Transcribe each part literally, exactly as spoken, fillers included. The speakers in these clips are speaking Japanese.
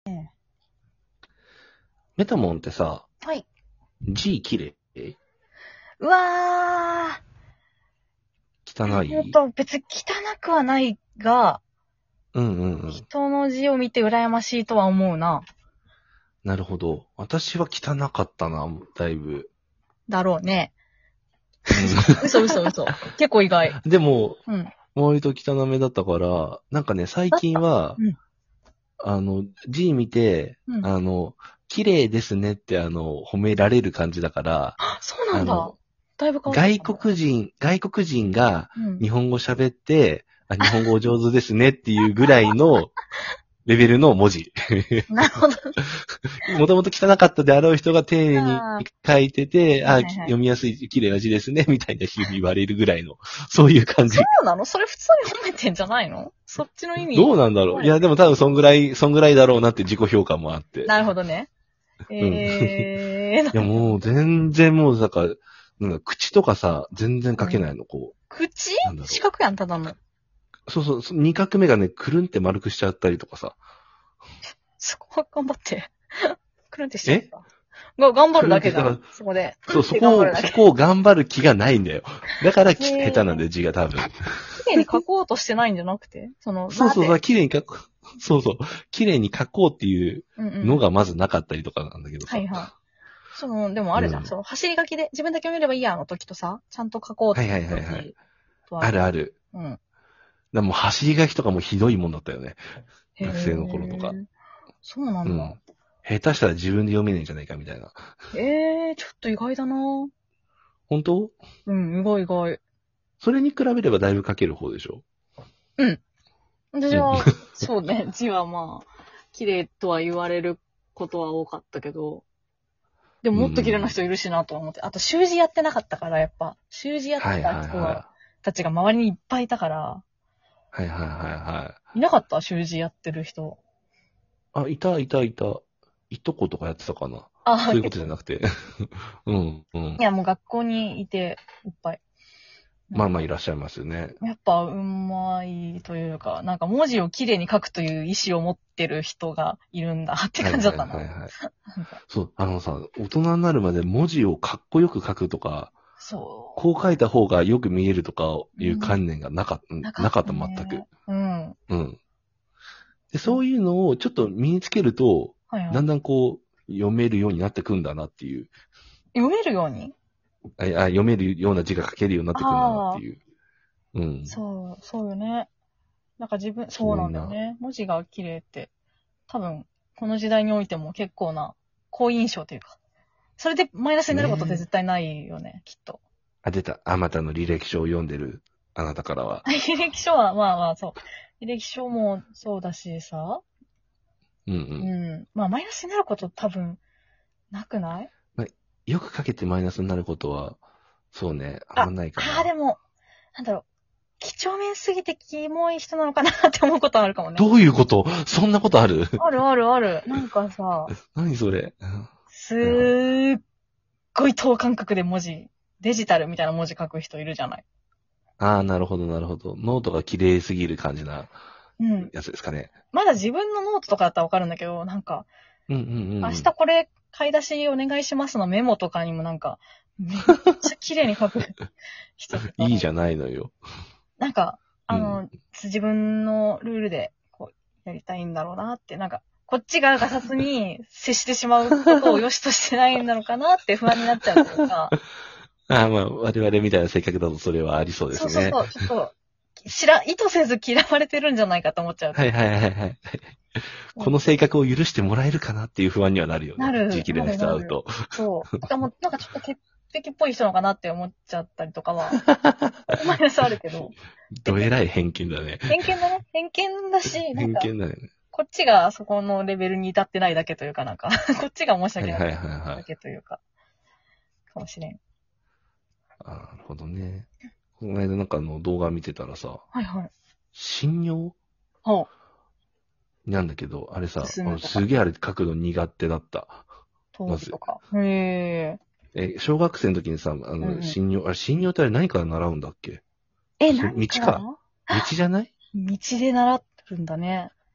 えメタモンってさ、 はい。 字綺麗うわ汚ー。えっいと、別に汚くはないが、 うんうんうん。 人の字を見て羨ましいとは思うな。 なるほど。私は汚かったな、だいぶ。 だろうね。 う嘘嘘嘘。結構意外。 ん、でも、 うん。 割と汚めだったから、なんかね、最だった。 近は、 うん。 あの、字見て、 うん。 あの、綺麗ですねってあの、褒められる感じだから、 あ、そうなんだ。 あの、 だいぶ変わった外かも。 国人、外国人がうん。 日本語喋って、あ、日本語お上手ですねっていうぐらいのレベルの文字。 なるほど。 もともと汚かったであろう人が丁寧にあ書いてて、あ、 はいはいはい。 読みやすい、綺麗な字ですね、みたいな風に言われるぐらいの、そういう感そじ。 うなのそれ普通に褒めてんじゃないのそっちの意味。 どうなんだろういや、でも多分そんぐらい、そんぐらいだろうなって自己評価もあって。 なるほどね。 うん。いえー、なや、 るほど。 もう全然もう、だから、なんか口とかさ、全然書けないの、こ口う。なんだろ四角やん、ただの。 う。そうそうそう、二画目がね、くるんって丸くしちゃったりとかさ。 そこは頑張って。くるんってしちゃっえた。が、頑張くるんって、 るだけじゃん。 だから、 そこで。くるそう、そんって頑こを、 張るだけ。 そこを頑張る気がないんだよ。だからき下手なんだよ、 へえ。 字が多分。 綺麗に書こうとしてないんじゃなくてその、 そうそうそう、 バーって。 綺麗に書く、そうそう、綺麗に書こうっていううんうん。 のがまずなかったりとかなんだけどさ。 はいはい。その、でもあるじゃん。 うん。 その、走り書きで自分だけ読めればいいやの時とさ、ちゃんと書こうっはいはていういはいはい。 時とある。 あるある。 うん。 だもう走り書きとかもひどいもんだったよね。 へ学生の頃とか。 え。そうなんだ。 うん。下手したら自分で読めないんじゃないかみたいな。 ええー、ちょっと意外だな。 本当うん、意外意外。 それに比べればだいぶ書ける方でしょうん。私うん。 は、そうね、字はまあ、綺麗とは言われることは多かったけど、でもうもっと綺麗な人いん。 るしなと思って。あと習字やってなかったから、やっぱ。習字やってはいはいた人が、 はたちが周りにいっぱいいたから、 い。はいはいはいはい。 いなかった習字やってる人。 あ、いたいたいた。いとことかやってたかな。 ああ、 そういうこ結構。 とじゃなくて。うんうん。 いや、もう学校にいて、いっぱい。なんか、 まあまあいらっしゃいますよね。 やっぱ、うまいというか、なんか文字を綺麗に書くという意思を持ってる人がいるんだってはいはい感じだったな。 はいはい。 なんか、 そう、あのさ、大人になるまで文字をかっこよく書くとか、 そこう書いた方がよく見えるとかう。 いううん観念がなかった、 なかったなかった、全く。 ね。うん。 うん。で、そういうのをちょっと身につけると、 はいはい。 だんだんこう、読めるようになってくんだなっていう、 読めるようにあ、あ読めるような字が書けるようになってくんだなっああ、 ていう。うん。 そう、そうよね。なんか自分、そうなそんな、 んだよね。文字が綺麗って、多分、この時代においても結構な好印象というか、それでマイナスになることってねえ。 絶対ないよね、きっと。 あ、出た。あまたの履歴書を読んでるあなたからは。 履歴書は、まあまあ、そう。履歴書もそうだしさ、 うんううん。 ん。まあ、マイナスになること多分、なくないまあ、よく書けてマイナスになることは、そうね、あんあ、 まないかああ、でな。 も、なんだろう。几帳面すぎてキモい人なのかなって思うことあるかもね。 どういうこと？そんなことある？ あるあるある。なんかさ、 何それ？うん、 すはいはい。 ーっごい等間隔で文字、デジタルみたいな文字書く人いるじゃない。 ああ、なるほど、なるほど。ノートが綺麗すぎる感じなうん。 やつですかね。 まだ自分のノートとかだったらわかるんだけど、なんか、 うんうんうん明うん。 日これ買い出しお願いしますのメモとかにもなんか、めっちゃ綺麗に書く人とか、 いいじゃないのよ。 なんか、 うん。 あの、自分のルールでこうやりたいんだろうなって、なんか、こっちがガサツに接してしまうことを良しとしてないんだろうかなって不安になっちゃうというか、 ああ、まあ、我々みたいな性格だとそれはありそうですね。 そうそうそう、ちょっと、知ら、意図せず嫌われてるんじゃないかと思っちゃうというか。 はいはいはいはい。 うん、 この性格を許してもらえるかなっていう不安にはなるよね。 なる、 字綺麗ななる、なる。 人会うと。 そう。しかも、なんかちょっと潔癖っぽい人なのかなって思っちゃったりとかは、マイナスあるけど。 どえらい偏見だね。 偏見だね。偏見だし、なんか、 偏見だね。 こっちがそこのレベルに至ってないだけというかなんか、こっちが申し訳ないはいはいはいはだい。 けというか、かもしれん。 あ、なるほどね。この間なんかあの動画見てたらさ、 はいはい。 信用ほなんだけど、あれう。 さ、あの進むとか、 すげえあれ書くの苦手だった。まず。 通るとか。へえ、小学生の時にさ、あの、 うんうん。 信用、あれ、信用ってあれ何から習うんだっけ？ え、 そ道何からか。道じゃない？ 道で習ってるんだね。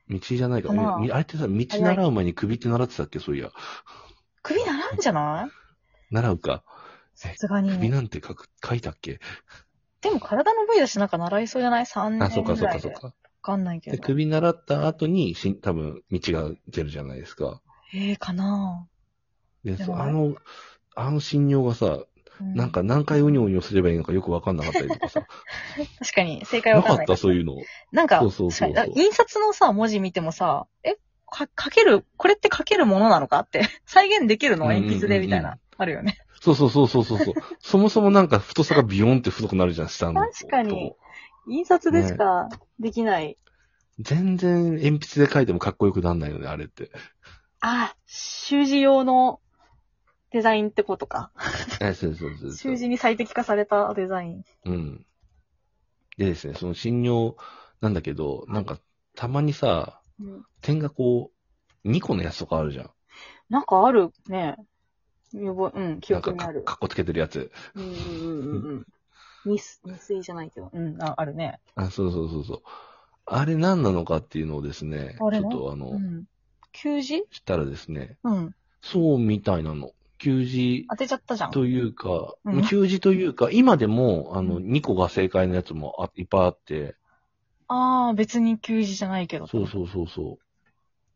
道じゃないか。 かなみあれってさ、道習う前に首って習ってたっけそういや。 首ならんじゃない習うか。 さすがに。 首なんて書く、書いたっけでも体の部位だしなんか習いそうじゃない ?さんあ、そうかそう年ぐらいで。わかそうか。 かんないけで、 ど。 首習った後にし、多分、道が出るじゃないですか。 ええー、かなで、 じゃないそうあの、あの診療がさ、 うんなんか何回うにょうにょすればいいのかよくわかんなかったりとかさ。 確かに、正解わなかっかんないからたそういうの。 なんか、 そうそうそうそう確かに印刷のさ、文字見てもさ、え、か、書ける、これって書けるものなのかって再現できるのうんうんうんうん鉛筆でみたいな、あるよね。 そうそうそうそうそうそう。そもそもなんか太さがビヨーンって太くなるじゃん、下の。 確かに。印刷でしかできない。 全然鉛筆で書いてもかっこよくなんないよね、あれって。 あ、習字用のデザインってことか。 え、そうそうそうそう。 習字に最適化されたデザイン。 うん。でですね、その診療なんだけど、なんか、たまにさ、 うん、 点がこう、にこのやつとかあるじゃん。 なんかあるね。見覚え、うん、記なんかか、 憶にある。 かっこつけてるやつ。 うんうんうんうん。ミス、未遂じゃないけど。うん、あ、あるね。 あ、そうそうそうそう。あれ何なのかっていうのをですね、 あれなちょっとあの、 うん。給仕したらですね、 うん。 そうみたいなの。給仕当てちゃったじゃん。 というか、 うん給仕というか、今でも、あの、 うんにこが正解のやつもあいっぱいあって、 ああ、別に給仕じゃないけど。 そうそうそうそう。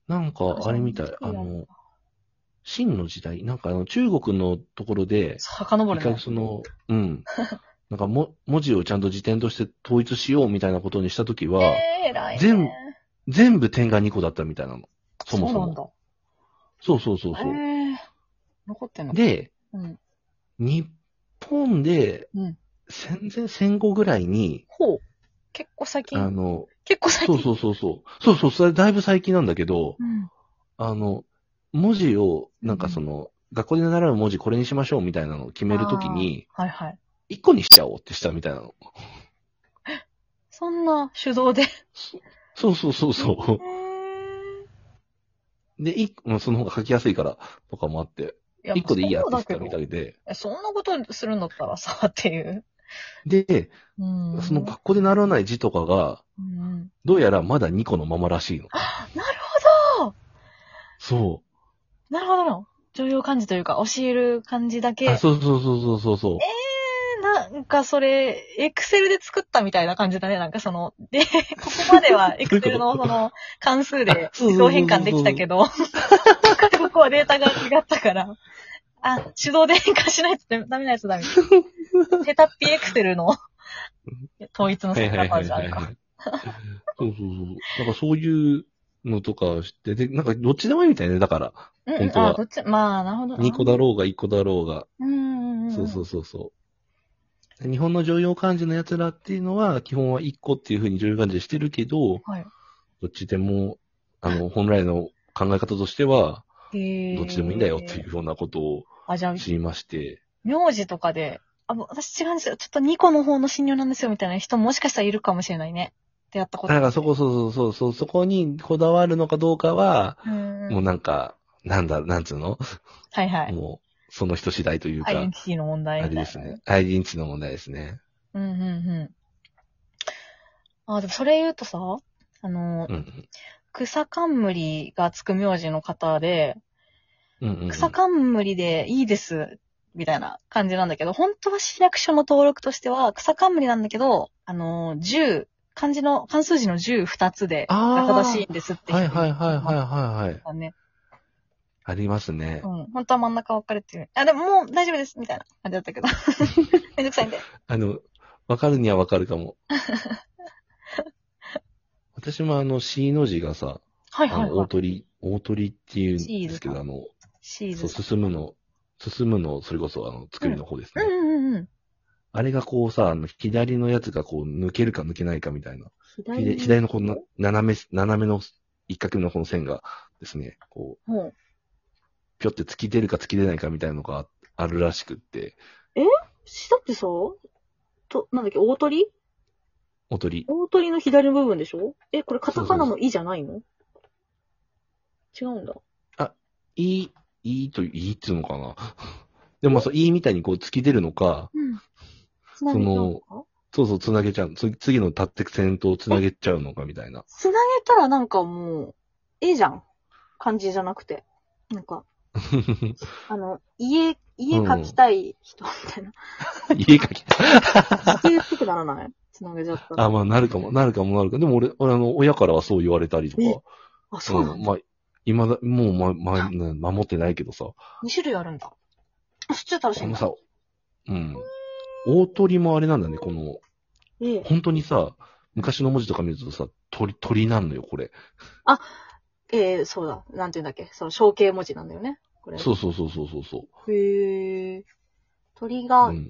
なんか、あれみたい、あの、秦の時代、なんかあの、中国のところで、一遡るね。 回その、うん。なんかも、文字をちゃんと辞典として統一しようみたいなことにしたときは、 えー、偉いね。 全、全部点がにこだったみたいなの。そもそも。 そうなんだ。 そうそうそうそう。 えー、残ってんので、 うん。 日本で、 うん。 戦前戦後ぐらいに、 ほう。結構最あ近。 の、 結構最近。 そうそうそうそう。そうそう、それだいぶ最近なんだけど、 うん。 あの、文字を、なんかその、学校で習う文字これにしましょうみたいなのを決めるときに、 あーはいはい。 いっこにしちゃおうってしたみたいなの。 そんな手動で。 そうそうそうそへう。で、いもうその方が書きやすいからとかもあって、 ーいや、 いっこでいいやってしたそうだけどみたいで、 えそんなことするんだったらさ、っていう。 で、 うん。 その学校で習わない字とかが、 うん。 どうやらまだにこのままらしいの。 なるほどそなるほどな。常用漢字というか、教える漢字だう。 け。 あ、そうそうそうそうそうそう。 えー、なんかそれ、エクセルで作ったみたいな感じだね。なんかその、で、ここまではエクセルのその関数で自動変換できたけど、ここはデータが違ったから、あ、手動で変換しないとダメなやつだみたいな。ヘタッピエクセルの統一のはい仕はいはいはい、 方じゃんか。 はい。そうそうそう。なんかそういうのとかして、で、なんかどっちでもいいみたいね。だから、 うん、 本当は。 あ、どっち、まあ、なるほど。 にこだろうがいっこだろうが。 うんうんうん。 そうそうそうそう。日本の常用漢字のやつらっていうのは、基本はいっこっていう風に常用漢字でしてるけど、 はい。 どっちでも、あの、本来の考え方としては、 へーどっちでもいいんだよっていうようなことをあ、じゃあ、 知りまして。 名字とかで、あ、もう私違うんですよ。ちょっとにこの方の診療なんですよ、みたいな人もしかしたらいるかもしれないね。出会ったことだからそこそうそうそうそう、そこにこだわるのかどうかは、 うんもうなんか、なんだ、なんつうのはいはい。 もう、その人次第というか、 アイデンティティの問題あみたいな。 れですね。アイデンティティの問題ですね。 うんうんうん。あ、でもそれ言うとさ、あの、 うんうん。 草冠がつく名字の方で、 うんうんうん、 草冠でいいです、みたいな感じなんだけど、本当は市役所の登録としては草冠なんだけど、あの、じゅう、漢字の、漢数字のじゅう二つで、が正しいんですって人はいはいはいはいはいはい。 だね。 ありますね。 うん。本当は真ん中分かれてる。あ、でももう大丈夫です、みたいな感じだったけど。めんどくさいんで。 あの、わかるにはわかるかも。私もあの、C の字がさ、あの、 はいはいはい。 大鳥、大鳥っていうんですけど、 シーズあの、そう、 シーズ。 進むの、進むの、それこそあの、作りの方ですね。 うんうんうんうん。 あれがこうさ、あの、左のやつがこう、抜けるか抜けないかみたいな。 左左左のこの、斜め、斜めの一角のこの線がですね、こう、 ほう。 ぴょって突き出るか突き出ないかみたいなのがあるらしくって、 しだってさ、と、なんだっけ、大鳥おとり。 大鳥の左の部分でしょえ、これカタカナそうそうのイじゃないの違うんだ。 いい、いいという、いいっていうのかな。でもまあそう、いいみたいにこう突き出るのか、 うん。 その、 そうそう、つなげちゃう。つ次の達成とつなげちゃうのかみたいな。 つなげたらなんかもう、ええじゃん。漢字じゃなくて。なんか、あの、家、家描きたい人みたいな。 家書き。 家っぽくならないつなげちゃったら。 あ、まあ、なるかも、なるかも、なるかも。でも俺、俺、あの、親からはそう言われたりとえか。 あ、そうなんん。 だ。 まあ、今だ、もう、ま、ま、ね守ってないけどさ。 に種類あるんだ。あ、そっちは楽しいんだ。 あのさ、うん。大鳥もあれなんだね、この、 ええ。 本当にさ、昔の文字とか見るとさ、鳥、鳥なんのよ、これ。 ええ、そうだ。なんていうんだっけ。その象形文字なんだよね。これ。 そうそうそうそうそうそへえ。鳥う。 が、 うん。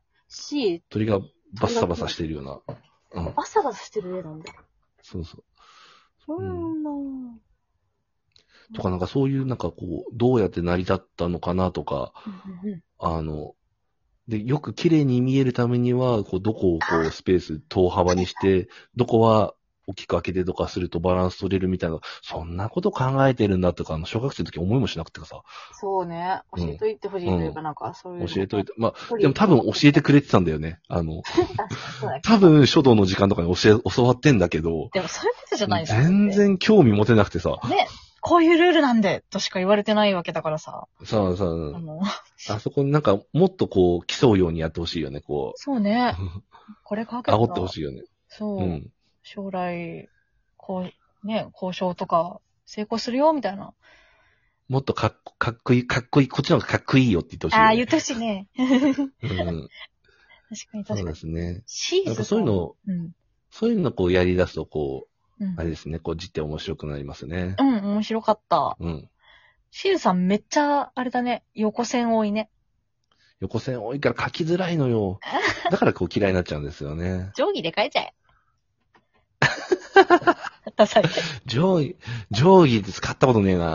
C、 鳥がバッサバサしてるような。うん。 バサバサしてる絵なんだ。 そうそう。 そうなんだ。 とかなんかそういうなんかこう、どうやって成り立ったのかなとか、 うんうんうん。 あの、で、よく綺麗に見えるためには、こう、どこをこう、スペース、等幅にして、どこは大きく開けてとかするとバランス取れるみたいな、そんなこと考えてるんだとか、あの、小学生の時思いもしなくてさ、 そうね。 うん教えといてほしいというか、なんか、そういうの。 教えといて、まあ、 て。 でも多分教えてくれてたんだよね。あの、 そうだ多分書道の時間とかに教え、教わってんだけど、 でもそういうことじゃないじゃん。 全然興味持てなくてさ、 ね。こういうルールなんで、としか言われてないわけだからさ。 さあさああ、 の、 あそこになんかもっとこう競うようにやってほしいよね、こそうね。 う。 これかけたら煽ってほしいよね。 そう。 うん。 将来、こう、ね、交渉とか成功するよ、みたいな。 もっとかっこかっこいい、かっこいい、こっちの方がかっこいいよって言ってほしいよね。 ああ、言ってほしいね。 うん。 確かにそうで確かに。 すね。 シーズやっぱそういうのを、 うん。 そういうのをこうやり出すと、こう、 うんあ。れですね、こう字って面白くなりますねう。ん、面白かった。 うん。 シーズさんめっちゃ、あれだね、横線多いね。 横線多いから書きづらいのよ。だからこう嫌いになっちゃうんですよね。 定規で書いちゃえ。ダサい。 定規、定規って使ったことねえな。